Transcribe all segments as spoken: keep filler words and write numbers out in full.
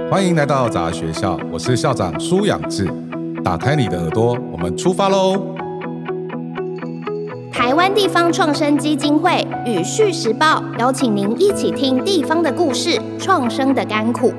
欢迎来到杂学校，我是校长苏养志。打开你的耳朵，我们出发喽！ 台湾地方创生基金会与旭时报邀请您一起听地方的故事，创生的甘苦。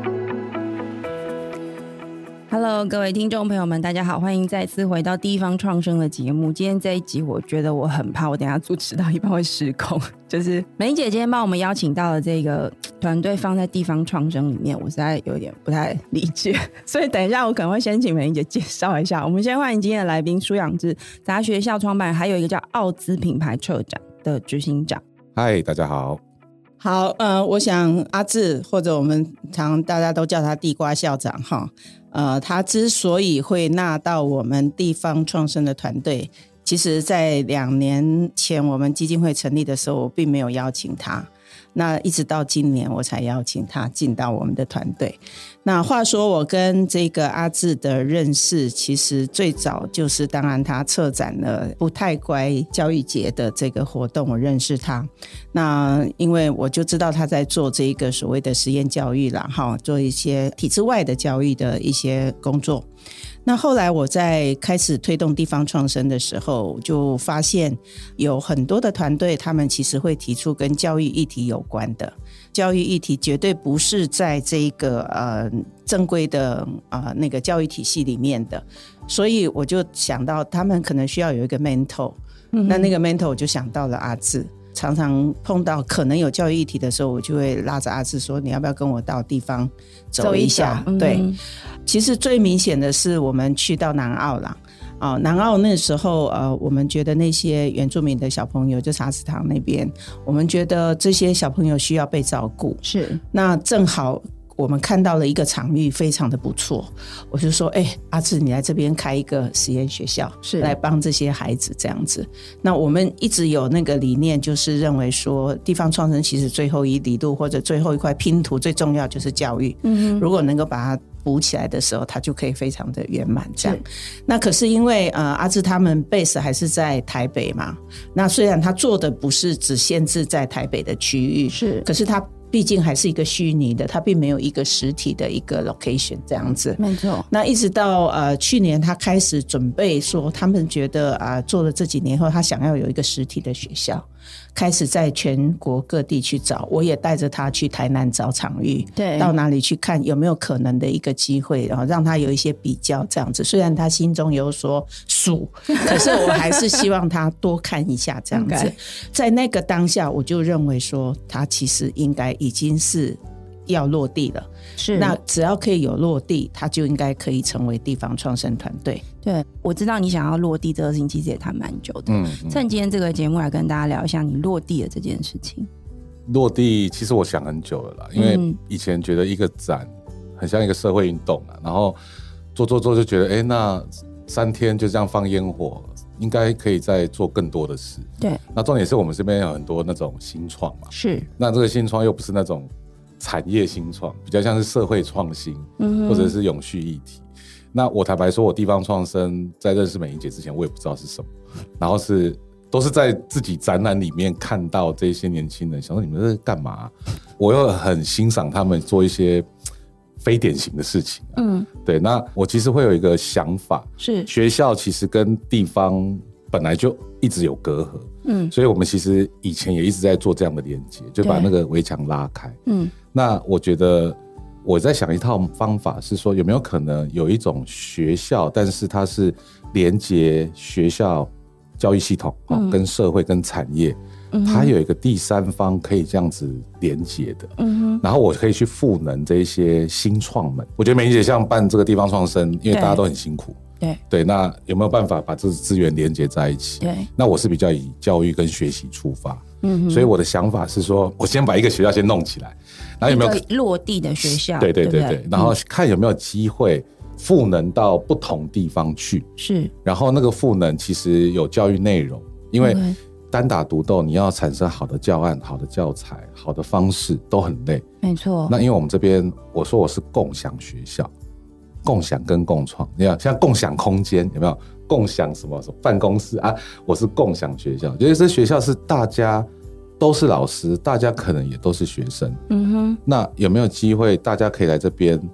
Hello， 各位听众朋友们，大家好，欢迎再次回到地方创生的节目。今天这一集，我觉得我很怕，我等一下主持到一半会失控。就是美玲姐今天帮我们邀请到的这个团队放在地方创生里面，我实在有点不太理解，所以等一下我可能会先请美玲姐介绍一下。我们先欢迎今天的来宾苏养志，杂学校创办人，还有一个叫奥兹品牌策展的执行长。 嗨，大家好。 好，呃，我想阿志或者我们常大家都叫他地瓜校长哈，呃，他之所以会纳到我们地方创生的团队，其实在两年前我们基金会成立的时候，我并没有邀请他，那一直到今年我才邀请他进到我们的团队。那话说我跟这个阿志的认识，其实最早就是当然他策展了不太乖教育节的这个活动，我认识他。那因为我就知道他在做这个所谓的实验教育啦，做一些体制外的教育的一些工作。那后来我在开始推动地方创生的时候，就发现有很多的团队，他们其实会提出跟教育议题有关的教育议题，绝对不是在这个呃正规的呃那个教育体系里面的，所以我就想到他们可能需要有一个 mentor，嗯，那那个 mentor 我就想到了阿志。常常碰到可能有教育议题的时候，我就会拉着阿志说，你要不要跟我到地方走一下？走一对、嗯、其实最明显的是我们去到南澳啦、哦、南澳那时候呃，我们觉得那些原住民的小朋友，就茶池塘那边，我们觉得这些小朋友需要被照顾，是那正好我们看到了一个场域非常的不错，我就说哎、欸，阿志你来这边开一个实验学校，是来帮这些孩子这样子。那我们一直有那个理念，就是认为说地方创生其实最后一里路或者最后一块拼图最重要就是教育，嗯，如果能够把它补起来的时候，它就可以非常的圆满这样。那可是因为呃阿志他们 base 还是在台北嘛，那虽然他做的不是只限制在台北的区域，是，可是他毕竟还是一个虚拟的，它并没有一个实体的一个 location 这样子。没错。那一直到呃去年他开始准备说，他们觉得啊、呃、做了这几年后，他想要有一个实体的学校，开始在全国各地去找。我也带着他去台南找场域，对，到哪里去看有没有可能的一个机会，然后让他有一些比较这样子。虽然他心中有所数，可是我还是希望他多看一下这样子。在那个当下，我就认为说，他其实应该已经是要落地了，是，那只要可以有落地，他就应该可以成为地方创生团队。 对，我知道你想要落地这个事情其实也谈蛮久的，嗯嗯，趁今天这个节目来跟大家聊一下你落地的这件事情。 落地其实我想很久了啦，因为以前觉得一个展很像一个社会运动啦，然后做做做就觉得哎、欸，那三天就这样放烟火，应该可以再做更多的事。对，那重点是我们这边有很多那种新创嘛，是，那这个新创又不是那种产业新创，比较像是社会创新，嗯，或者是永续议题。那我坦白说，我地方创生在认识美玲姐之前，我也不知道是什么，然后是都是在自己展览里面看到这些年轻人，想说你们这是干嘛？我又很欣赏他们做一些非典型的事情、啊，嗯，对。那我其实会有一个想法，是学校其实跟地方本来就一直有隔阂，嗯，所以我们其实以前也一直在做这样的连接，就把那个围墙拉开，嗯。那我觉得我在想一套方法，是说有没有可能有一种学校，但是它是连接学校教育系统、嗯、跟社会跟产业。它有一个第三方可以这样子连接的、嗯、然后我可以去赋能这一些新创们。我觉得美玲姐像办这个地方创生，因为大家都很辛苦，对对，那有没有办法把这个资源连接在一起？对，那我是比较以教育跟学习出发，嗯，所以我的想法是说，我先把一个学校先弄起来，然后有没有一个落地的学校？ 对对对 对, 对，然后看有没有机会赋能到不同地方去，是，然后那个赋能其实有教育内容，因为单打独斗，你要产生好的教案、好的教材、好的方式都很累，没错。那因为我们这边，我说我是共享学校，共享跟共创，你看像共享空间有没有？共享什么什么办公室啊？我是共享学校，就是这学校是大家都是老师，大家可能也都是学生，嗯哼。那有没有机会大家可以来这边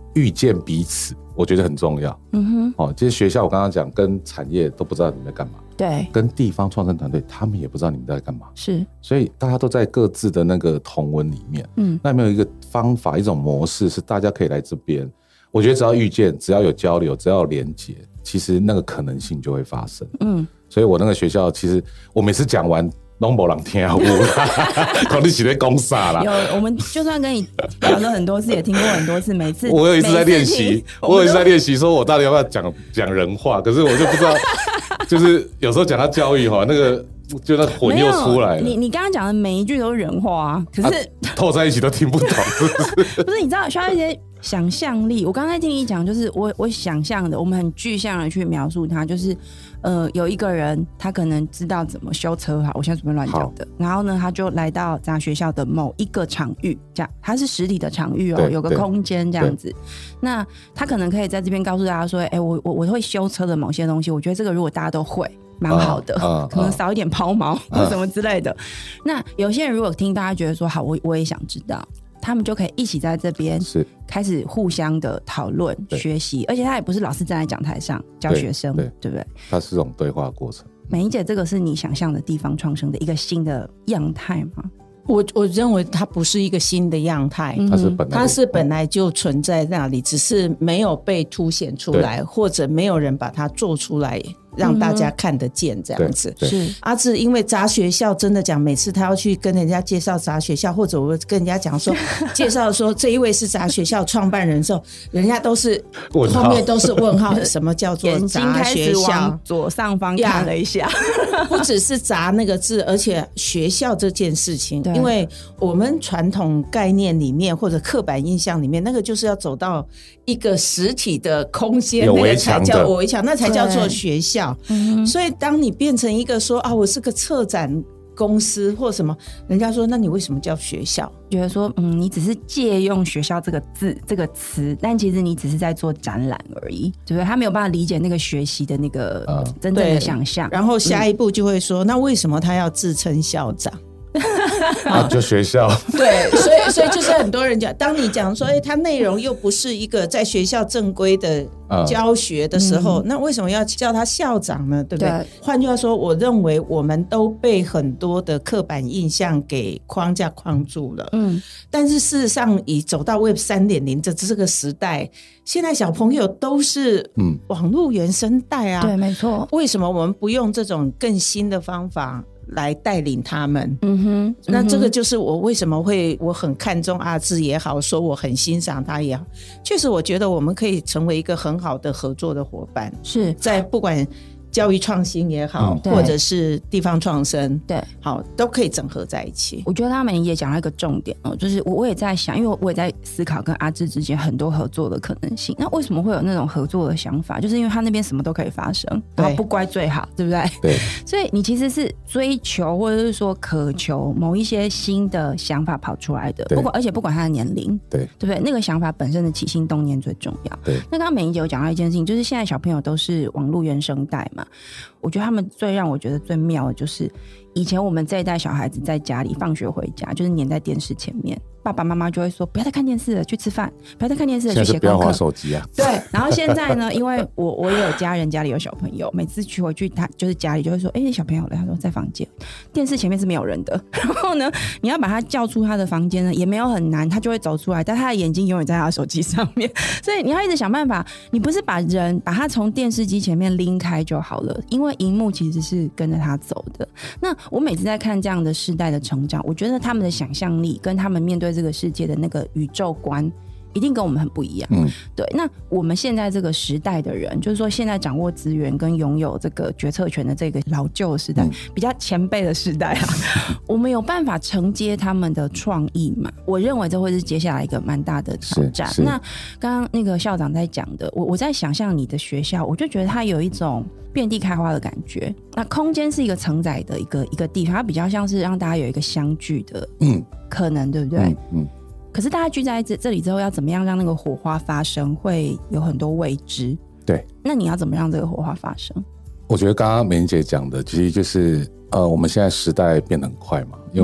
遇见彼此，我觉得很重要。嗯哼，哦，这些学校我刚刚讲跟产业都不知道你们在干嘛， 对， 跟地方创生团队他们也不知道你们在干嘛， 是， 所以大家都在各自的那个同温里面。嗯，那有没有一个方法，一种模式是大家可以来这边？我觉得只要遇见，只要有交流，只要有连结，其实那个可能性就会发生。嗯，所以我那个学校，其实我每次讲完都没人听有啦，可你是在讲啥啦？ 有，我们就算跟你聊了很多次，也听过很多次，每次我有一次在练习，我有一次在练习，说我到底要不要讲讲人话，可是我就不知道，就是有时候讲到教育哈，那个就那魂又出来了。 你你刚刚讲的每一句都是人话啊，可是、啊、 凑在一起都听不懂，是不是？ 不是，你知道需要一些想象力。我刚才听你讲，就是我我想象的，我们很具象的去描述它，就是呃，有一个人他可能知道怎么修车好，我现在随便乱讲的。然后呢，他就来到咱学校的某一个场域，这样它是实体的场域哦，有个空间这样子。那他可能可以在这边告诉大家说，哎、欸，我我我会修车的某些东西，我觉得这个如果大家都会。蛮好的、uh, uh, 可能少一点抛锚、uh, 或什么之类的、uh, 那有些人如果听大家觉得说好，我我也想知道，他们就可以一起在这边开始互相的讨论学习，而且他也不是老师站在讲台上教学生， 对, 对不对？ 它是这种对话过程。 美伶姐，这个是你想象的地方创生的一个新的样态吗？ 我我认为它不是一个新的样态， 它是本来它是本来就存在那里，只是没有被凸显出来，或者没有人把它做出来让大家看得见这样子。 是阿志，因为杂学校真的讲，每次他要去跟人家介绍杂学校，或者我跟人家讲说介绍说这一位是杂学校创办人的时候，人家都是后面都是问号，什么叫做杂学校？ 左上方看了一下， 不只是杂那个字，而且学校这件事情，因为我们传统概念里面或者刻板印象里面，那个就是要走到一个实体的空间， 有围墙的， 那个才叫围墙，那才叫做学校。嗯、所以当你变成一个说啊，我是个策展公司或什么，人家说那你为什么叫学校？ 觉得说嗯，你只是借用学校这个字这个词，但其实你只是在做展览而已，对不对？他没有办法理解那个学习的那个、呃、真正的想象。 然后下一步就会说、嗯、那为什么他要自称校长？ 啊，就学校对，所以所以就是很多人讲，当你讲说，哎、欸，它内容又不是一个在学校正规的教学的时候，嗯、那为什么要叫他校长呢？对不对？换句话说，我认为我们都被很多的刻板印象给框架框住了。嗯，但是事实上，以走到 Web 三点零 这这个时代，现在小朋友都是嗯网络原生代啊， 对，没错。 为什么我们不用这种更新的方法来带领他们？嗯哼，那这个就是我为什么会我很看重阿志也好，说我很欣赏他也好，确实我觉得我们可以成为一个很好的合作的伙伴， 是在不管教育创新也好、嗯、或者是地方创生， 对， 好，都可以整合在一起。 我觉得他们也讲到一个重点哦，就是我也在想，因为我也在思考跟阿志之间很多合作的可能性。那为什么会有那种合作的想法？就是因为他那边什么都可以发生，然后不乖最好，对不对？ 对。 所以你其实是追求或者是说渴求某一些新的想法跑出来的，不管而且不管他的年龄， 对， 对不对？那个想法本身的起心动念最重要。 对。 那刚刚美伶姐有讲到一件事情，就是现在小朋友都是网络原生代嘛。我觉得他们最让我觉得最妙的就是以前我们这一代小孩子在家里放学回家就是黏在电视前面，爸爸妈妈就会说不要再看电视了，去吃饭，不要再看电视了，去写功课， 现在是不要滑手机啊。 对，然后现在呢，因为我我也有家人家里有小朋友，每次去回去他就是家里就会说哎、欸，小朋友了，他说在房间，电视前面是没有人的，然后呢你要把他叫出他的房间呢也没有很难，他就会走出来，但他的眼睛永远在他的手机上面，所以你要一直想办法，你不是把人把他从电视机前面拎开就好了，因为荧幕其实是跟着他走的。那我每次在看这样的世代的成长，我觉得他们的想象力跟他们面对这个世界的那个宇宙观一定跟我们很不一样。嗯，对。那我们现在这个时代的人，就是说现在掌握资源跟拥有这个决策权的这个老旧的时代、嗯、比较前辈的时代啊，我们有办法承接他们的创意嘛？我认为这会是接下来一个蛮大的挑战。那刚刚那个校长在讲的，我我在想象你的学校，我就觉得它有一种遍地开花的感觉。那空间是一个承载的一个一个地方，它比较像是让大家有一个相聚的可能，嗯、对不对？嗯。嗯，可是大家聚在这里之后，要怎么样让那个火花发生，会有很多未知。 对， 那你要怎么让这个火花发生？ 我觉得刚刚美伶姐讲的，其实就是呃，我们现在时代变得很快嘛，因为我们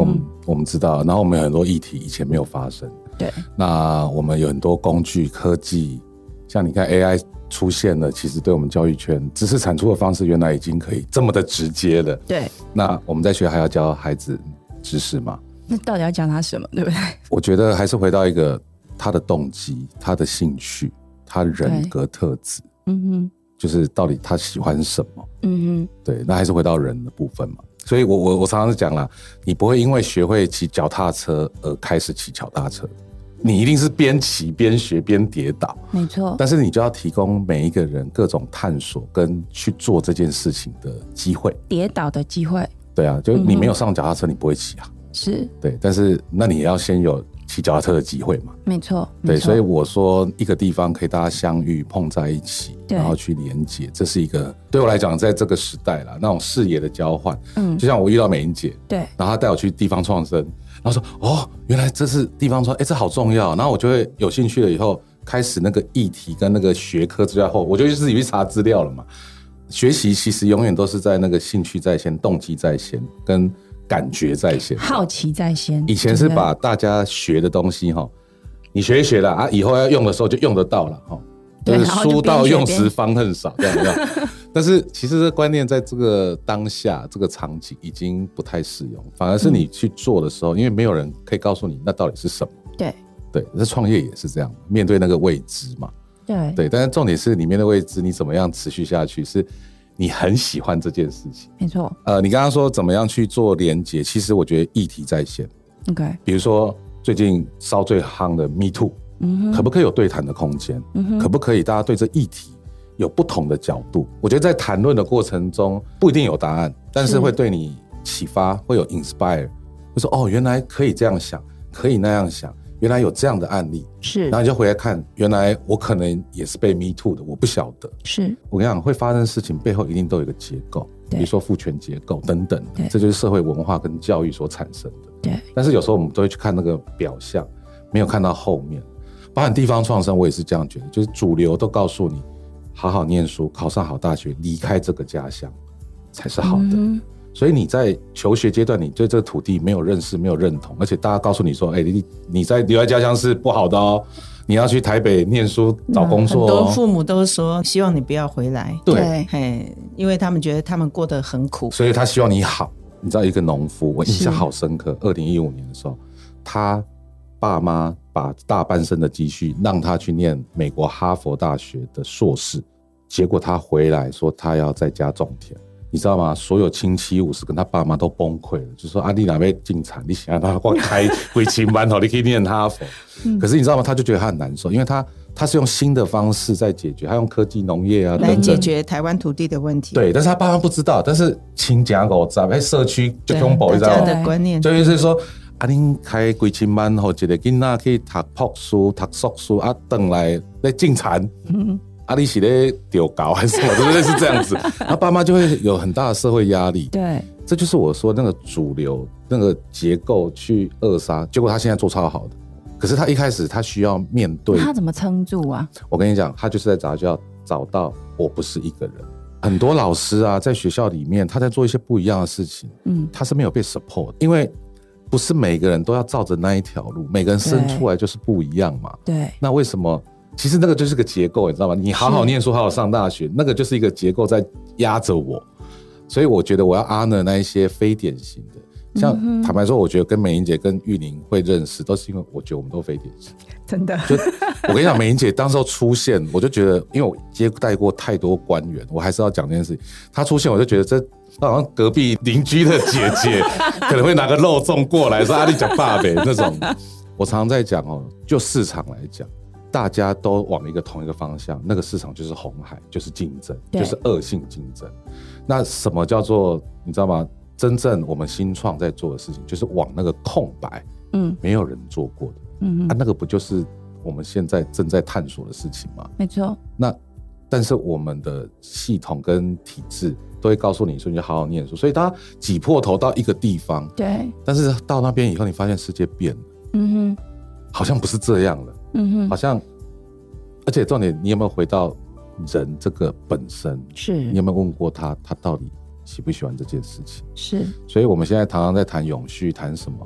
我们知道，然后我们有很多议题以前没有发生。 对， 那我们有很多工具科技，像你看 A I 出现了，其实对我们教育圈知识产出的方式原来已经可以这么的直接了。 对， 那我们在学还要教孩子知识吗？ 那到底要教他什么，对不对？我觉得还是回到一个他的动机、他的兴趣、他人格特质，嗯哼，就是到底他喜欢什么，嗯哼，对，那还是回到人的部分嘛。所以我我我常常讲啦，你不会因为学会骑脚踏车而开始骑脚踏车，你一定是边骑边学边跌倒， 没错。 但是你就要提供每一个人各种探索跟去做这件事情的机会， 跌倒的机会。 对啊，就你没有上脚踏车，你不会骑啊。 是， 对，但是那你也要先有骑脚踏车的机会嘛。 没错， 对，所以我说一个地方可以大家相遇碰在一起，然后去连接，这是一个对我来讲，在这个时代啦，那种视野的交换。嗯，就像我遇到美英姐， 对， 然后她带我去地方创生，然后说哦，原来这是地方创，哎，这好重要。然后我就会有兴趣了，以后开始那个议题跟那个学科资料后，我就自己去查资料了嘛。学习其实永远都是在那个兴趣在先、动机在先跟感觉在先， 好奇在先。 以前是把大家学的东西哈，你学一学了啊，以后要用的时候就用得到了哈，就是书到用时方恨少这样这样。但是其实这个观念在这个当下这个场景已经不太适用，反而是你去做的时候，嗯、因为没有人可以告诉你那到底是什么。 对对，这创业也是这样，面对那个未知嘛。 对对，但是重点是你面对未知，你怎么样持续下去？是你很喜欢这件事情， 没错。 呃，你刚刚说怎么样去做连结，其实我觉得议题在先。 OK， 比如说最近烧最夯的 Me Too，嗯、可不可以有对谈的空间？嗯、可不可以大家对这议题有不同的角度？我觉得在谈论的过程中不一定有答案，但是会对你启发，会有 inspire， 会说哦，原来可以这样想，可以那样想。原来有这样的案例， 是， 然后你就回来看，原来我可能也是被 Me Too 的，我不晓得。 是， 我跟你讲，会发生的事情背后一定都有一个结构，比如说父权结构等等，这就是社会文化跟教育所产生的。 对， 但是有时候我们都会去看那个表象，没有看到后面。包含地方创生，我也是这样觉得，就是主流都告诉你，好好念书，考上好大学，离开这个家乡才是好的。嗯，所以你在求学阶段，你对这个土地没有认识，没有认同，而且大家告诉你说，哎、欸，你你在留在家乡是不好的哦，你要去台北念书找工作、哦。 很多父母都说希望你不要回来， 对， 嘿，因为他们觉得他们过得很苦， 所以他希望你好。你知道一个农夫，我印象好深刻，二零一五年的时候，他爸妈把大半生的积蓄让他去念美国哈佛大学的硕士，结果他回来说他要在家种田。你知道吗？所有亲戚五十跟他爸妈都崩溃了，就说啊，你哪边进产，你想让他光开回青班头，你可以念哈佛。嗯、可是你知道吗？他就觉得他很难受，因为他他是用新的方式在解决，他用科技农业啊等等来解决台湾土地的问题。 对，但是他爸妈不知道，但是亲家狗在哎社区就恐怖，你知道吗？ 大家的观念就是说啊，你开回青班后，一个囡仔可以读博士、读硕士啊，回来在进产。嗯，啊，你是在丢稿还是什么？对不对？是这样子，然后爸妈就会有很大的社会压力。 对， 这就是我说那个主流那个结构去扼杀，结果他现在做超好的。可是他一开始他需要面对， 他怎么撑住啊？ 我跟你讲，他就是在找就要找到我不是一个人。很多老师啊，在学校里面他在做一些不一样的事情，嗯，他是没有被 support， 因为不是每个人都要照着那一条路，每个人生出来就是不一样嘛。 对， 那为什么？其实那个就是个结构，你知道吗？你好好念书，好好上大学，那个就是一个结构在压着我。所以我觉得我要 honor 那一些非典型的。像、嗯、坦白说，我觉得跟美英姐跟玉玲会认识，都是因为我觉得我们都非典型。 真的， 就我跟你讲，美英姐当时候出现，我就觉得，因为我接待过太多官员，我还是要讲这件事情。她出现，我就觉得这好像隔壁邻居的姐姐可能会拿个肉粽过来说：“啊，你讲爸呗。”那种。我常常在讲哦，就市场来讲，大家都往一个同一个方向，那个市场就是红海，就是竞争，就是恶性竞争。那什么叫做你知道吗？真正我们新创在做的事情，就是往那个空白，嗯，没有人做过的，嗯啊，那个不就是我们现在正在探索的事情吗？ 没错。 那但是我们的系统跟体制都会告诉你说，你就好好念书，所以大家挤破头到一个地方， 对。 但是到那边以后，你发现世界变了，嗯哼，好像不是这样了，嗯哼，好像，而且重点，你有没有回到人这个本身？ 是， 你有没有问过他，他到底喜不喜欢这件事情？ 是， 所以我们现在常常在谈永续，谈什么？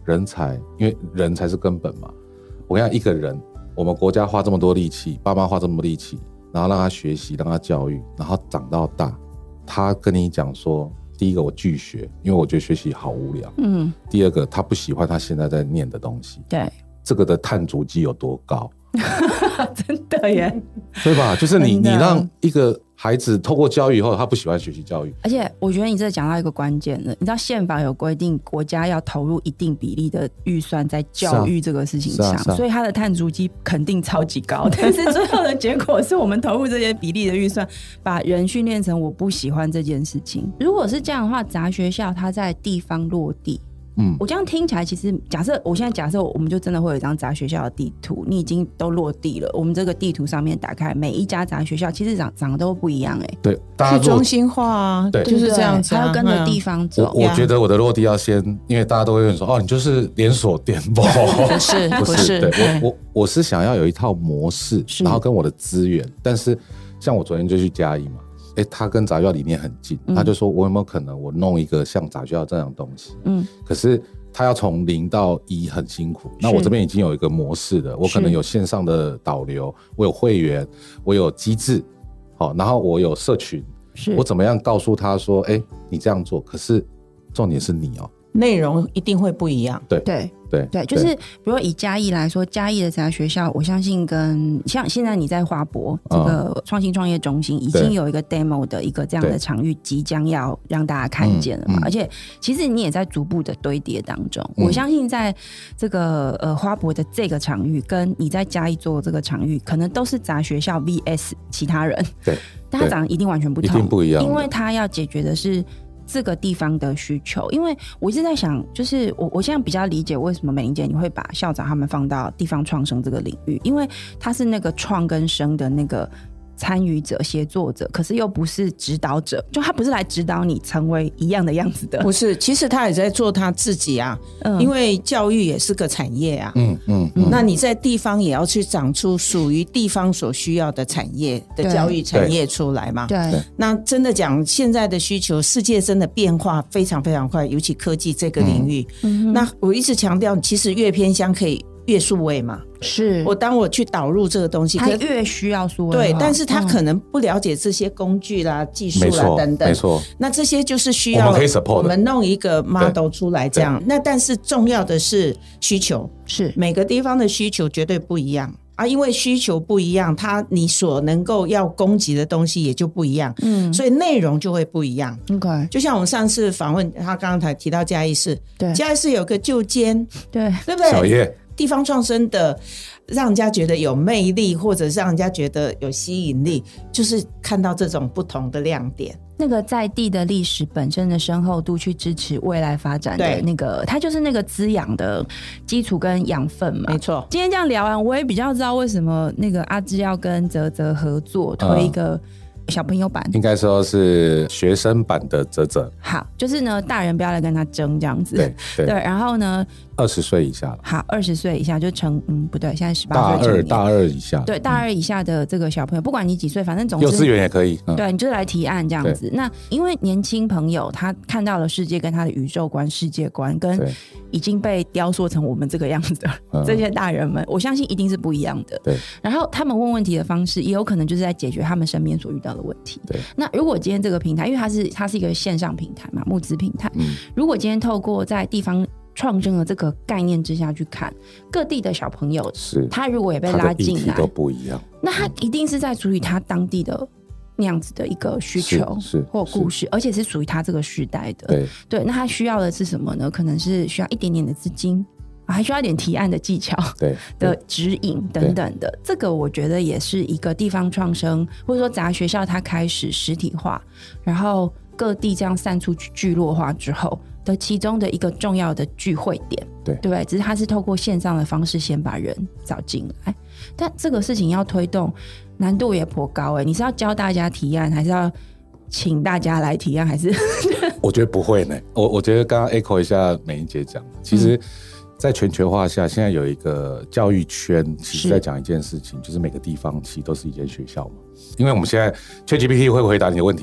人才，因为人才是根本嘛。我跟你讲，一个人，我们国家花这么多力气，爸妈花这么多力气，然后让他学习，让他教育，然后长到大，他跟你讲说，第一个我拒学，因为我觉得学习好无聊。嗯。第二个，他不喜欢他现在在念的东西。 对。 这个的碳足迹有多高？ 真的耶， 对吧？就是你，你让一个孩子透过教育以后，他不喜欢学习教育。 而且我觉得你这讲到一个关键的，你知道宪法有规定，国家要投入一定比例的预算在教育这个事情上，啊啊啊、所以他的碳足迹肯定超级高。但是最后的结果是我们投入这些比例的预算，把人训练成我不喜欢这件事情。如果是这样的话，杂学校它在地方落地。嗯，我这样听起来，其实假设我现在假设我们就真的会有一张杂学校的地图，你已经都落地了。我们这个地图上面打开每一家杂学校，其实长长得都不一样哎、欸。 对，大家去中心化啊，对，就是这样子、啊， 还要跟着地方走。 我, 我觉得我的落地要先，因为大家都会问说，哦，你就是连锁店不？ 不是，不是， 对我我我是想要有一套模式，然后跟我的资源。但是像我昨天就去嘉义嘛。欸、他跟杂学校理念很近、嗯、他就说我有没有可能我弄一个像杂学校这样的东西，嗯，可是他要从零到一很辛苦，那我这边已经有一个模式了，我可能有线上的导流，我有会员，我有机制，好，然后我有社群，我怎么样告诉他说哎、欸，你这样做，可是重点是你哦、喔， 内容一定会不一样， 对对对对，就是比如以嘉义来说，嘉义的杂学校，我相信跟像现在你在华博这个创新创业中心、嗯、已经有一个 demo 的一个这样的场域即将要让大家看见了嘛，嗯嗯、而且其实你也在逐步的堆叠当中、嗯、我相信在这个呃华博的这个场域跟你在嘉义做这个场域可能都是杂学校 V S 其他人， 对， 但它长得一定完全不同， 一定不一样， 因为它要解决的是这个地方的需求。因为我一直在想，就是我我现在比较理解为什么美玲姐你会把校长他们放到地方创生这个领域，因为他是那个创跟生的那个参与者协作者，可是又不是指导者，就他不是来指导你成为一样的样子的， 不是，其实他也在做他自己啊、嗯、因为教育也是个产业啊，嗯嗯嗯，那你在地方也要去长出属于地方所需要的产业的教育产业出来嘛， 对， 那真的讲现在的需求，世界真的变化非常非常快，尤其科技这个领域、嗯、那我一直强调其实越偏乡可以越数位嘛， 是我当我去导入这个东西， 他越需要数位， 对，但是他可能不了解这些工具啦、嗯、技术啦等等， 没错， 那这些就是需要我们可以 support， 我们弄一个 model 出来这样。那但是重要的是需求， 是每个地方的需求绝对不一样啊，因为需求不一样，它你所能够要供给的东西也就不一样，嗯，所以内容就会不一样。 OK， 就像我们上次访问他刚刚才提到嘉义市， 对， 嘉义市有个旧监， 对， 对不对？ 小叶。 地方创生的让人家觉得有魅力，或者是让人家觉得有吸引力，就是看到这种不同的亮点， 那个在地的历史本身的深厚度去支持未来发展的那个，它就是那个滋养的基础跟养分嘛。 没错。 今天这样聊完，我也比较知道为什么那个阿芝要跟泽泽合作推一个、嗯小朋友版， 应该说是学生版的泽泽。 好，就是呢，大人不要来跟他争这样子。 对 对, 对，然后呢， 二十岁以下了。 好，二十岁以下就成嗯不对，现在十八岁大二大二以下， 对，大二以下的这个小朋友，不管你几岁，反正总之幼稚园也可以。 嗯、对，你就来提案这样子。那因为年轻朋友他看到了世界跟他的宇宙观、世界观，跟已经被雕塑成我们这个样子的、嗯、这些大人们，我相信一定是不一样的。 对。 然后他们问问题的方式，也有可能就是在解决他们身边所遇到的问题。 对。 那如果今天这个平台，因为它是它是一个线上平台嘛，募资平台、嗯，如果今天透过在地方创生的这个概念之下去看，各地的小朋友， 是他如果也被拉进来， 都不一样， 那他一定是在处理他当地的那样子的一个需求或故事，而且是属于他这个时代的。 对对，那他需要的是什么呢？可能是需要一点点的资金。还需要一点提案的技巧的指引等等的，这个我觉得也是一个地方创生或者说杂学校它开始实体化，然后各地这样散出去聚落化之后的其中的一个重要的聚会点， 对对不对？只是它是透过线上的方式先把人找进来，但这个事情要推动难度也颇高哎、欸，你是要教大家提案，还是要请大家来提案，还是？ 我觉得不会呢，我我觉得刚刚 echo 一下美玲姐讲的，其实、嗯。在全球化下，现在有一个教育圈，其实在讲一件事情，就是每个地方其实都是一间学校嘛。因为我们现在 ChatGPT 会回答你的问题，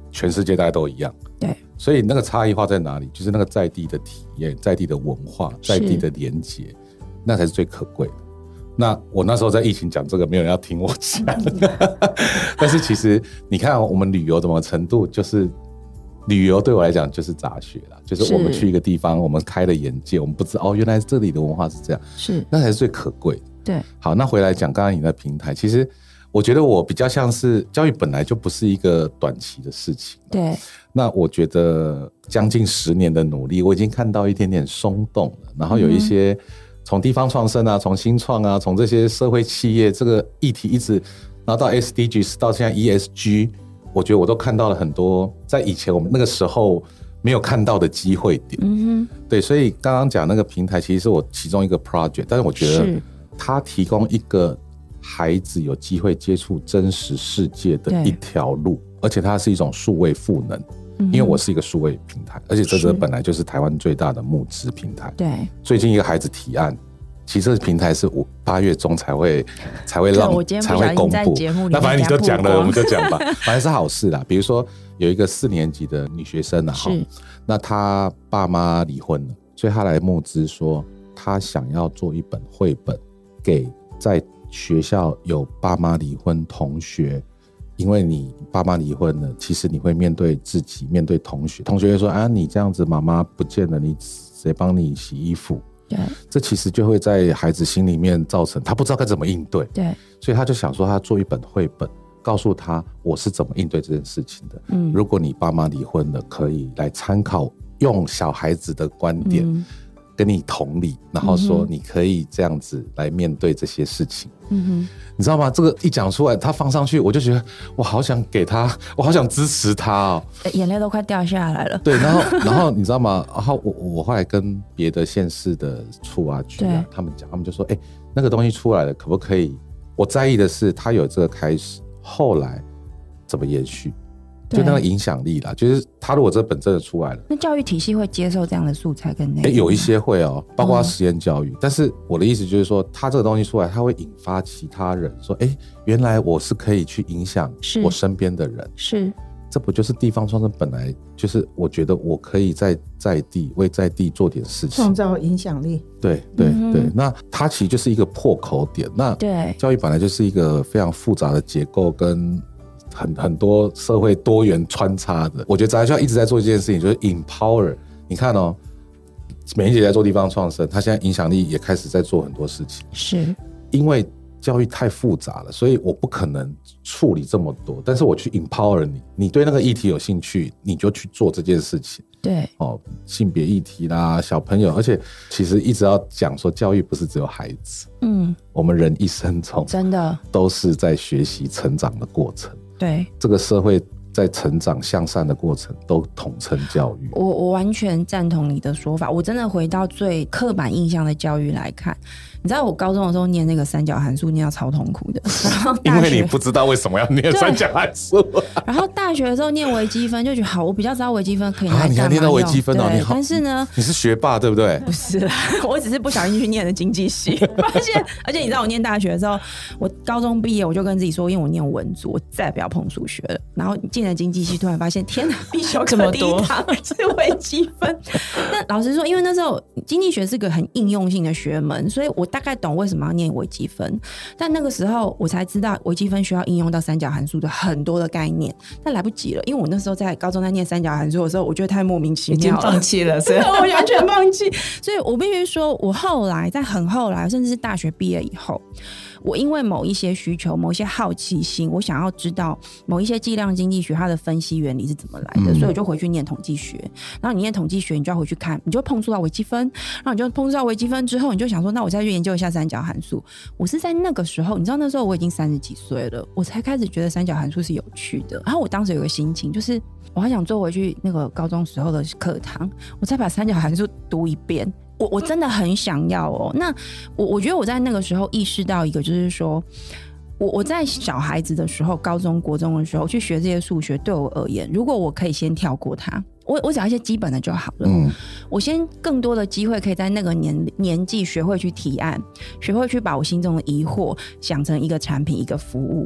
全世界大家都一样。 对， 所以那个差异化在哪里？就是那个在地的体验、在地的文化、在地的连结，那才是最可贵的。那我那时候在疫情讲这个，没有人要听我讲。但是其实你看，我们旅游怎么程度，就是旅游对我来讲就是杂学啦，就是我们去一个地方，我们开了眼界，我们不知道哦，原来这里的文化是这样， 是那才是最可贵的。 对， 好，那回来讲刚刚你的平台，其实我觉得我比较像是教育本来就不是一个短期的事情。 对， 那我觉得将近十年的努力，我已经看到一点点松动了，然后有一些。从地方创生啊，从新创啊，从这些社会企业这个议题一直，然后到 S D Gs 到现在 E S G， 我觉得我都看到了很多在以前我们那个时候没有看到的机会点。嗯哼，对，所以刚刚讲那个平台其实是我其中一个 project， 但是我觉得它提供一个孩子有机会接触真实世界的一条路，而且它是一种数位赋能。因为我是一个数位平台，而且这个本来就是台湾最大的募资平台。 对， 最近一个孩子提案，其实这个平台是我八月中才会才会让才会公布。那反正你都讲了，我们就讲吧，反正是好事啦。比如说有一个四年级的女学生啊，那她爸妈离婚了，所以她来募资说她想要做一本绘本给在学校有爸妈离婚同学。因为你爸妈离婚了，其实你会面对自己，面对同学，同学会说啊，你这样子妈妈不见了，你谁帮你洗衣服？对，这其实就会在孩子心里面造成他不知道该怎么应对。对，所以他就想说，他做一本绘本，告诉他我是怎么应对这件事情的。嗯，如果你爸妈离婚了，可以来参考，用小孩子的观点。嗯，跟你同理，然后说你可以这样子来面对这些事情。嗯哼，你知道吗？这个一讲出来，他放上去，我就觉得我好想给他，我好想支持他哦， 眼泪都快掉下来了。 对，然后然后你知道吗？然后我我后来跟别的县市的处啊局啊，他们讲，他们就说，哎、欸，那个东西出来了，可不可以？我在意的是他有这个开始，后来怎么延续？就那个影响力啦，就是他如果这本真的出来了， 那教育体系会接受这样的素材跟内容、 欸、有一些会哦、喔，包括实验教育、嗯。但是我的意思就是说，他这个东西出来，他会引发其他人说：“哎、欸，原来我是可以去影响我身边的人。”是，这不就是地方创生本来就是？我觉得我可以在在地为在地做点事情， 创造影响力。 对对对、嗯，那它其实就是一个破口点。那对教育本来就是一个非常复杂的结构跟。很很多社会多元穿插的，我觉得杂学校一直在做一件事情，就是 empower。你看哦，美玲姐在做地方创生，她现在影响力也开始在做很多事情。是，因为教育太复杂了，所以我不可能处理这么多，但是我去 empower 你，你对那个议题有兴趣，你就去做这件事情。对，哦，性别议题啦，小朋友，而且其实一直要讲说，教育不是只有孩子，嗯，我们人一生中真的都是在学习成长的过程。对，这个社会在成长向善的过程都统称教育。 我我完全赞同你的说法。我真的回到最刻板印象的教育来看，你知道我高中的时候念那个三角函数念到超痛苦的，然后因为你不知道为什么要念三角函数、啊。 然后大学的时候念微积分就觉得好，我比较知道微积分可以拿来干嘛用。啊， 你还念到微积分哦？你好， 但是呢， 你是学霸对不对？ 不是啦，我只是不小心去念的经济系，发现，而且你知道我念大学的时候，我高中毕业我就跟自己说，因为我念文组，我再也不要碰数学了。然后进了经济系，突然发现天哪，必修课第一堂是微积分。那老实说，因为那时候经济学是个很应用性的学门，所以我大概懂为什么要念微积分。但那个时候我才知道微积分需要应用到三角函数的很多的概念，但来不及了，因为我那时候在高中在念三角函数的时候，我觉得太莫名其妙了， 已经放弃了，是我完全放弃。所以我必须说，我后来在很后来，甚至是大学毕业以后，我因为某一些需求，某一些好奇心，我想要知道某一些计量经济学它的分析原理是怎么来的、嗯、所以我就回去念统计学。然后你念统计学，你就要回去看，你就碰触到微积分，然后你就碰触到微积分之后，你就想说那我再去研究一下三角函数。我是在那个时候，你知道那时候我已经三十几岁了，我才开始觉得三角函数是有趣的。然后我当时有个心情，就是我还想坐回去那个高中时候的课堂，我再把三角函数读一遍。我我真的很想要哦。那我我觉得我在那个时候意识到一个，就是说我我在小孩子的时候，高中国中的时候去学这些数学，对我而言，如果我可以先跳过它，我我只要一些基本的就好了。嗯，我先更多的机会可以在那个年年纪学会去提案，学会去把我心中的疑惑想成一个产品一个服务。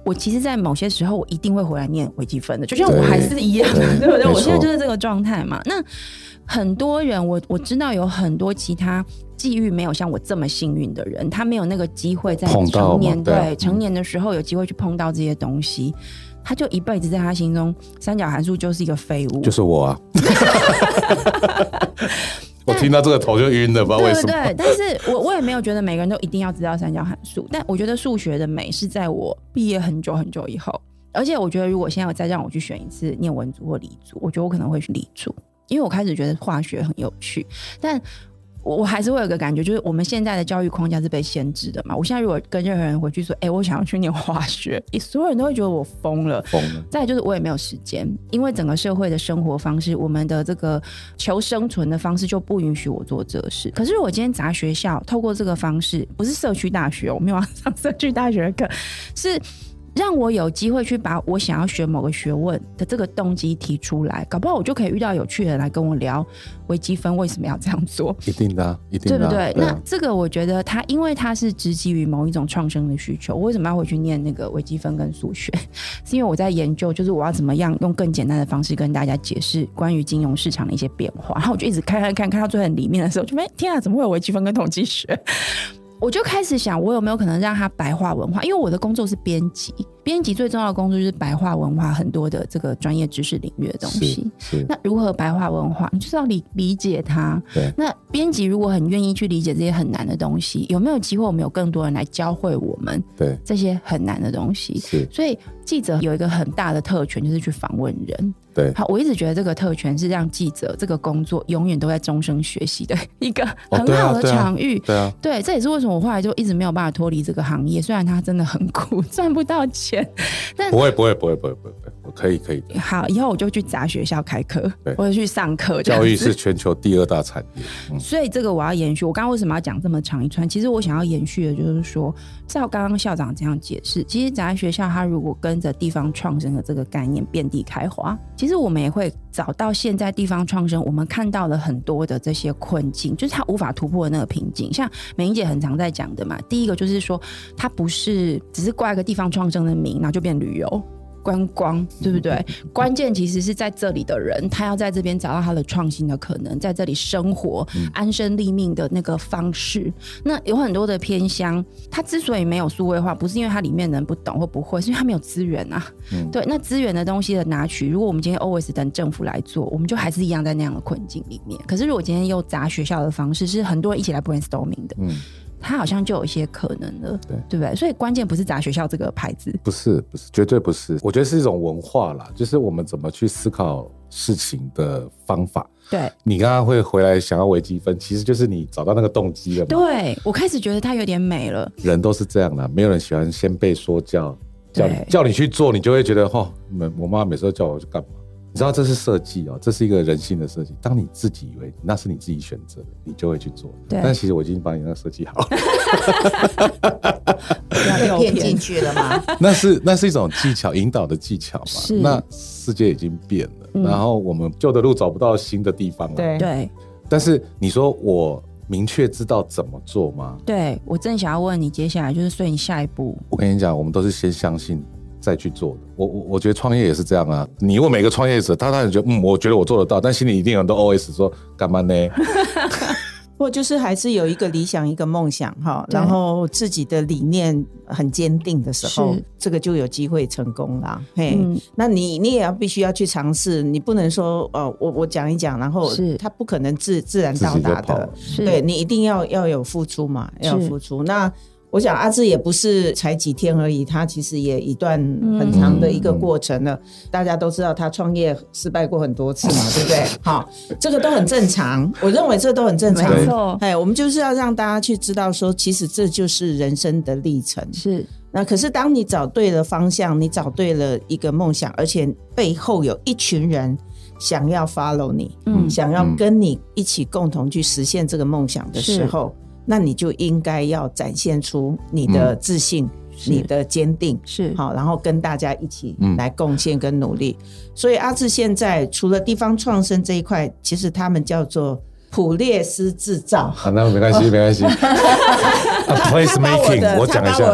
我其实在某些时候我一定会回来念微积分的，就像我还是一样， 对, 对不对？我现在就是这个状态嘛。那很多人我我知道有很多其他际遇没有像我这么幸运的人，他没有那个机会在成年 对, 对成年的时候有机会去碰到这些东西，他就一辈子在他心中三角函数就是一个废物， 就是我啊。我听到这个头就晕了，不知道为什么。 对对对，但是我我也没有觉得每个人都一定要知道三角函数，但我觉得数学的美是在我毕业很久很久以后，而且我觉得如果现在我再让我去选一次念文组或理组，我觉得我可能会去理组，因为我开始觉得化学很有趣，但我还是会有个感觉，就是我们现在的教育框架是被限制的嘛。我现在如果跟任何人回去说，哎、欸，我想要去念化学，所有人都会觉得我疯了。 疯了。 再来就是我也没有时间，因为整个社会的生活方式，我们的这个求生存的方式就不允许我做这事。可是如果今天杂学校透过这个方式，不是社区大学，我没有要上社区大学的课，是让我有机会去把我想要学某个学问的这个动机提出来，搞不好我就可以遇到有趣的人来跟我聊微积分为什么要这样做。 一定的、啊、一定的、啊、 对不对？ 对啊、 那这个我觉得它因为它是直基于某一种创生的需求。我为什么要回去念那个微积分跟数学？是因为我在研究就是我要怎么样用更简单的方式跟大家解释关于金融市场的一些变化，然后我就一直看看看看到最后里面的时候就没天啊，怎么会有微积分跟统计学？我就开始想我有没有可能让它白话文化，因为我的工作是编辑，编辑最重要的工作就是白话文化很多的这个专业知识领域的东西。那如何白话文化，你就是要 理, 理解它。那编辑如果很愿意去理解这些很难的东西，有没有机会我们有更多人来教会我们这些很难的东西？所以记者有一个很大的特权，就是去访问人。 对， 好，我一直觉得这个特权是让记者这个工作永远都在终生学习的一个很好的场域。 哦、对, 啊 对, 啊对, 啊对，这也是为什么我后来就一直没有办法脱离这个行业。虽然它真的很苦，赚不到钱，但不会不会不会不会不会，我可以可以的。 好，以后我就去杂学校开课，或者去上课。 教育是全球第二大产业、 嗯，所以这个我要延续。我刚刚为什么要讲这么长一串？其实我想要延续的就是说，照刚刚校长这样解释，其实杂学校它如果跟着地方创生的这个概念遍地开花，其实我们也会找到现在地方创生我们看到了很多的这些困境，就是它无法突破的那个瓶颈。像美英姐很常在讲的嘛，第一个就是说它不是只是挂一个地方创生的名然后就变旅游观光，对不对？关键其实是在这里的人，他要在这边找到他的创新的可能，在这里生活、嗯、安身立命的那个方式。那有很多的偏乡，它之所以没有数位化，不是因为它里面人不懂或不会，是因为它没有资源啊、嗯、对，那资源的东西的拿取，如果我们今天 always 等政府来做，我们就还是一样在那样的困境里面。可是如果今天用杂学校的方式，是很多人一起来 brainstorming 的，嗯，它好像就有一些可能了， 对, 对不对？所以关键不是杂学校这个牌子， 不是不是，绝对不是。我觉得是一种文化啦，就是我们怎么去思考事情的方法。 对，你刚刚会回来想要微积分，其实就是你找到那个动机了嘛。 对，我开始觉得它有点美了。 人都是这样的，没有人喜欢先被说教，叫你叫你去做，你就会觉得哦，我妈每次都叫我去干嘛。你知道这是设计哦，这是一个人性的设计。当你自己以为那是你自己选择的，你就会去做。但其实我已经把你那个设计好了， 被骗进去了吗？ 那是那是一种技巧，引导的技巧嘛。那世界已经变了、嗯，然后我们旧的路找不到新的地方了。 对对。 但是你说我明确知道怎么做吗？ 对，我正想要问你，接下来就是所以你下一步， 我跟你讲，我们都是先相信。再去做的，我我我觉得创业也是这样啊。你问每个创业者，他当然觉得，嗯，我觉得我做得到，但心里一定有很多 O S 说，干嘛呢？ 或就是还是有一个理想，一个梦想哈，然後自己的理念很坚定的时候，这个就有机会成功啦。嘿，嗯、那你你也要必须要去尝试，你不能说呃，我我讲一讲，然后他不可能自自然到达的，对你一定要要有付出嘛，要有付出。那我想阿志也不是才几天而已，他其实也一段很长的一个过程了、嗯、大家都知道他创业失败过很多次嘛，对不对？好，这个都很正常，我认为这都很正常， 没错。 我们就是要让大家去知道说，其实这就是人生的历程。 是， 那可是当你找对了方向，你找对了一个梦想，而且背后有一群人想要 follow 你、嗯、想要跟你一起共同去实现这个梦想的时候，那你就应该要展现出你的自信、嗯、你的坚定， 是好，然后跟大家一起来贡献跟努力、嗯、所以阿志现在除了地方创生这一块，其实他们叫做普列斯制造、 啊、那没关系没关系、啊、place making 我讲一下， 把我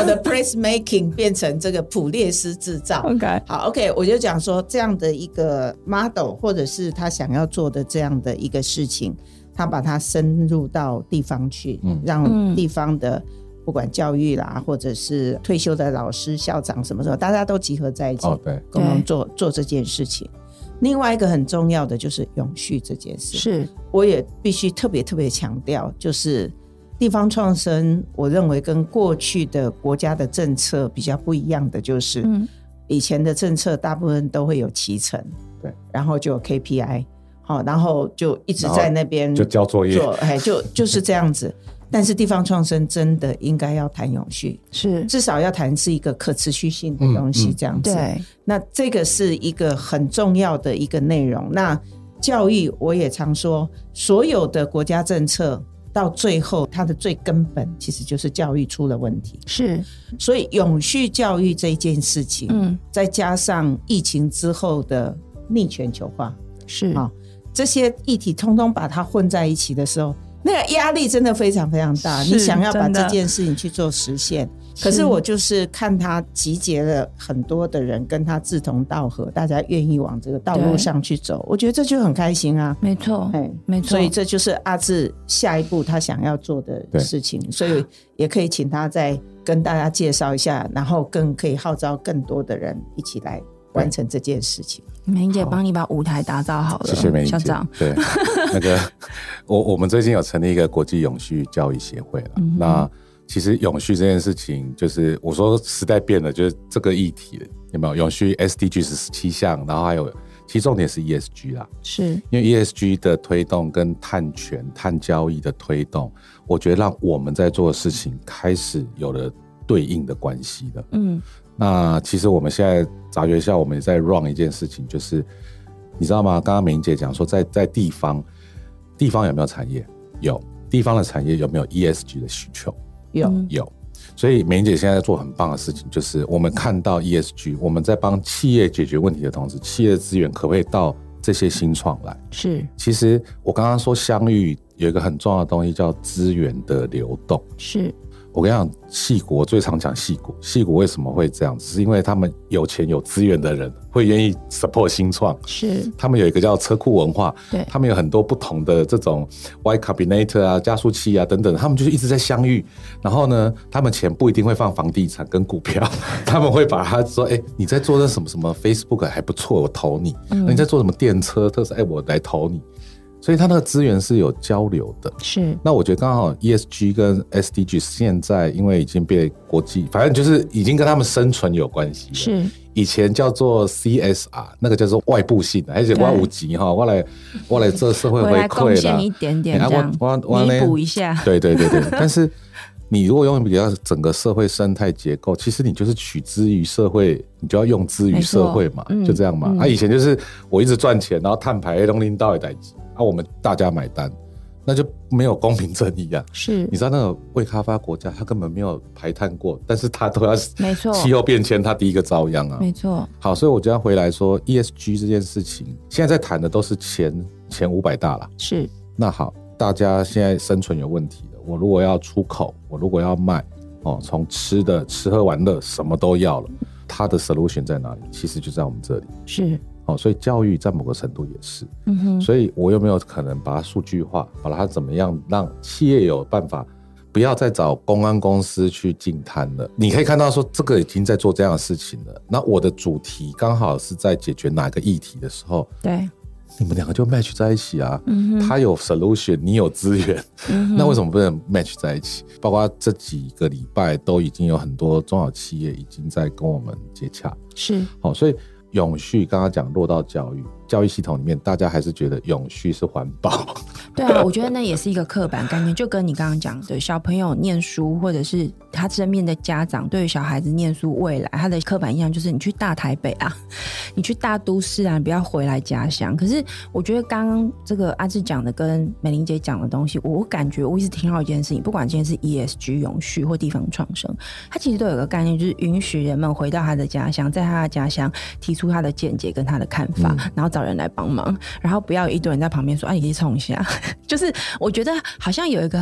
我的 place making 变成这个普列斯制造。 OK， 好 ，OK， 我就讲说这样的一个 model， 或者是他想要做的这样的一个事情，他把它深入到地方去，嗯、让地方的不管教育啦，或者是退休的老师、校长什么什么，大家都集合在一起，哦、对，共同做做这件事情。另外一个很重要的就是永续这件事，是我也必须特别特别强调，就是地方创生，我认为跟过去的国家的政策比较不一样的就是，嗯、以前的政策大部分都会有期程，对，然后就有 K P I， 好，然后就一直在那边就交作业， 哎，就就是这样子。但是地方创生真的应该要谈永续，是至少要谈是一个可持续性的东西，这样子。嗯嗯、对，那这个是一个很重要的一个内容。那教育我也常说，所有的国家政策到最后，它的最根本其实就是教育出了问题。是，所以永续教育这一件事情，嗯，再加上疫情之后的逆全球化，是啊、哦，这些议题通通把它混在一起的时候。那个压力真的非常非常大，你想要把这件事情去做实现，可是我就是看他集结了很多的人跟他志同道合，大家愿意往这个道路上去走，我觉得这就很开心啊。没错，没错，所以这就是阿志下一步他想要做的事情，所以也可以请他再跟大家介绍一下，然后更可以号召更多的人一起来完成这件事情。美玲姐帮你把舞台打造好了， 谢谢美玲姐。 校长， 对，那个我我们最近有成立一个国际永续教育协会了。嗯、那其实永续这件事情，就是我说时代变了，就是这个议题有没有永续 S D G 是十七项，然后还有其实重点是 E S G 啦，是因为 E S G 的推动跟碳权、碳交易的推动，我觉得让我们在做的事情开始有了对应的关系了。嗯。那其实我们现在杂学校我们也在 run 一件事情，就是你知道吗？刚刚美玲姐讲说在，在地方，地方有没有产业？有。地方的产业有没有 E S G 的需求？有，有。所以美玲姐现在在做很棒的事情，就是我们看到 E S G， 我们在帮企业解决问题的同时，企业的资源可不可以到这些新创来？是。其实我刚刚说相遇有一个很重要的东西叫资源的流动。是。我跟你讲，矽谷我最常讲矽谷，矽谷为什么会这样？只是因为他们有钱有资源的人会愿意 support 新创，是他们有一个叫车库文化，对，他们有很多不同的这种 Y Combinator 啊、加速器啊等等，他们就是一直在相遇。然后呢，他们钱不一定会放房地产跟股票，他们会把它说：“哎、欸，你在做这什么什么 Facebook 还不错，我投你；嗯、你在做什么电车特斯拉，哎、欸，我来投你。”所以它那个资源是有交流的，是。那我觉得刚好 E S G 跟 S D G 现在因为已经被国际，反正就是已经跟他们生存有关系了。是。以前叫做 C S R， 那个叫做外部性的，而且我五级哈，我来我来做社会回馈啦， 贡献一点点这样，弥补一下。 对对对对，但是你如果用比较整个社会生态结构，其实你就是取之于社会，你就要用之于社会嘛，嗯、就这样嘛。嗯、啊，以前就是我一直赚钱，然后碳排拢领导的代志。啊，我们大家买单，那就没有公平正义啊！是，你知道那个未开发国家，他根本没有排碳过，但是他都要没错气候变迁，他第一个遭殃啊！没错。好，所以我就要回来说 ，E S G 这件事情，现在在谈的都是前前五百大啦。是。那好，大家现在生存有问题了，我如果要出口，我如果要卖，哦，从吃的吃喝玩乐什么都要了，它的 solution 在哪里？其实就在我们这里。是。哦，所以教育在某个程度也是，嗯哼，所以我有没有可能把它数据化，把它怎么样让企业有办法，不要再找公安公司去净滩了？你可以看到说，这个已经在做这样的事情了。那我的主题刚好是在解决哪个议题的时候，对，你们两个就 match 在一起啊。嗯哼，他有 solution， 你有资源，嗯，那为什么不能 match 在一起？包括这几个礼拜都已经有很多中小企业已经在跟我们接洽，是，好，所以。永续刚刚讲落到教育教育系统里面，大家还是觉得永续是环保。 对啊，我觉得那也是一个刻板概念，就跟你刚刚讲的小朋友念书，或者是他身边的家长对于小孩子念书未来他的刻板印象就是你去大台北啊，你去大都市啊，你不要回来家乡。可是我觉得刚刚这个阿志讲的跟美玲姐讲的东西，我感觉我一直听到一件事情，不管今天是 E S G 永续或地方创生，它其实都有个概念，就是允许人们回到他的家乡，在他的家乡提出他的见解跟他的看法，嗯，然后找人来帮忙，然后不要有一堆人在旁边说啊，你可以冲一下。就是我觉得好像有一个很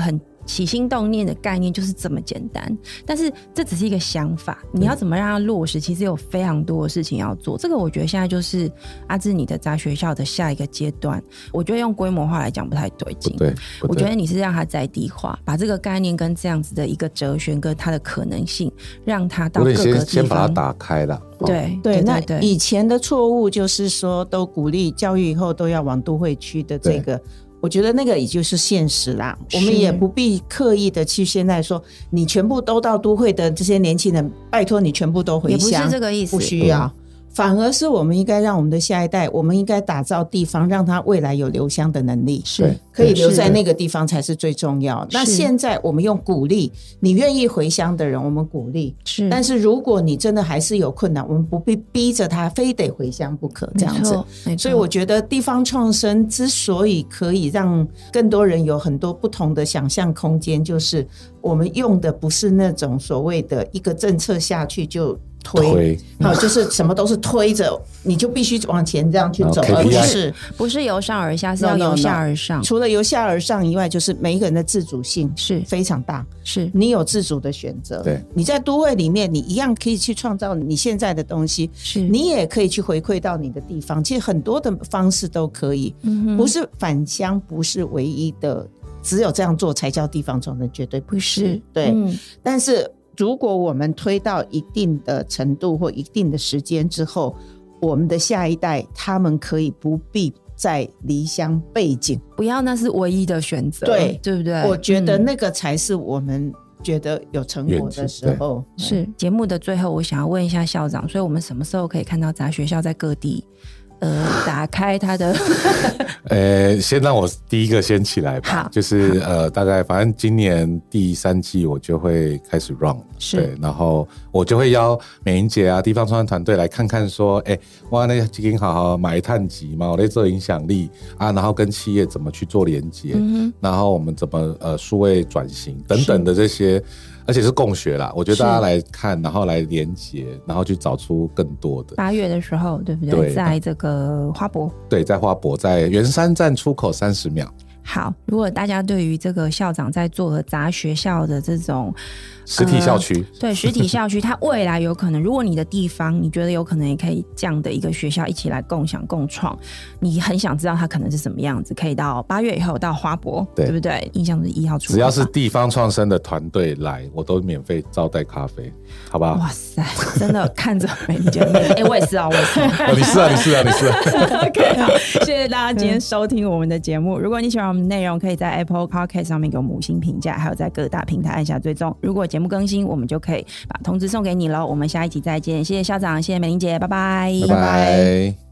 起心动念的概念就是这么简单，但是这只是一个想法，你要怎么让它落实，其实有非常多的事情要做。这个我觉得现在就是阿志你的杂学校的下一个阶段，我觉得用规模化来讲不太对劲， 对， 我觉得你是让它在地化，把这个概念跟这样子的一个哲学跟它的可能性，让它到各个地方， 先把它打开了。 对对， 对，那以前的错误就是说，都鼓励教育以后都要往都会区的这个。我觉得那个也就是现实啦，我们也不必刻意的去现在说你全部都到都会的这些年轻人，拜托你全部都回乡， 也不是这个意思， 不需要。反而是我们应该让我们的下一代，我们应该打造地方，让他未来有留乡的能力， 是可以留在那个地方才是最重要。那现在我们用鼓励，你愿意回乡的人我们鼓励，是。但是如果你真的还是有困难，我们不必逼着他非得回乡不可，这样子。所以我觉得地方创生之所以可以让更多人有很多不同的想象空间，就是我们用的不是那种所谓的一个政策下去就推，好，就是什么都是推着，你就必须往前这样去走，而不是不是由上而下，是要由下而上。 除了由下而上以外，就是每一个人的自主性是非常大， 是你有自主的选择。 对， 你在都会里面，你一样可以去创造你现在的东西，是你也可以去回馈到你的地方。其实很多的方式都可以，嗯、不是返乡，不是唯一的，只有这样做才叫地方创生，绝对不是。不是对，嗯、但是。如果我们推到一定的程度或一定的时间之后，我们的下一代他们可以不必再离乡背井， 不要那是唯一的选择， 对对不对？ 我觉得那个才是我们觉得有成果的时候。 是节目的最后，我想要问一下校长，所以我们什么时候可以看到杂学校在各地呃，打开它的呃，先让我第一个先起来吧。好，就是呃，大概反正今年第三季我就会开始 run， 对，然后我就会邀美英姐啊、地方创生团队来看看说，哎、欸，哇，那基金好好买碳集嘛，我在做影响力啊，然后跟企业怎么去做连接、嗯，然后我们怎么呃数位转型等等的这些。而且是共学啦，我觉得大家来看，然后来连结，然后去找出更多的。 八月的时候，对不对？对，在这个花博， 对，在花博，在圆山站出口三十秒。 好，如果大家对于这个校长在做的杂学校的这种实体校区、 呃，对实体校区，它未来有可能，如果你的地方你觉得有可能也可以这样的一个学校一起来共享共创，你很想知道它可能是什么样子，可以到八月以后到花博， 对, 对不对？印象是一号出口， 只要是地方创生的团队来，我都免费招待咖啡，好不好？ 哇塞，真的看着美丽觉得哎、欸，我也是啊，我也是、 哦，你是啊，你是啊，你是啊。 OK， 好，谢谢大家今天收听我们的节目。如果你喜欢我们的内容，可以在 Apple Podcast 上面给我们五星评价，还有在各大平台按下追踪。如果节目更新，我们就可以把通知送给你了。我们下一集再见，谢谢校长，谢谢美玲姐，拜拜， 拜拜。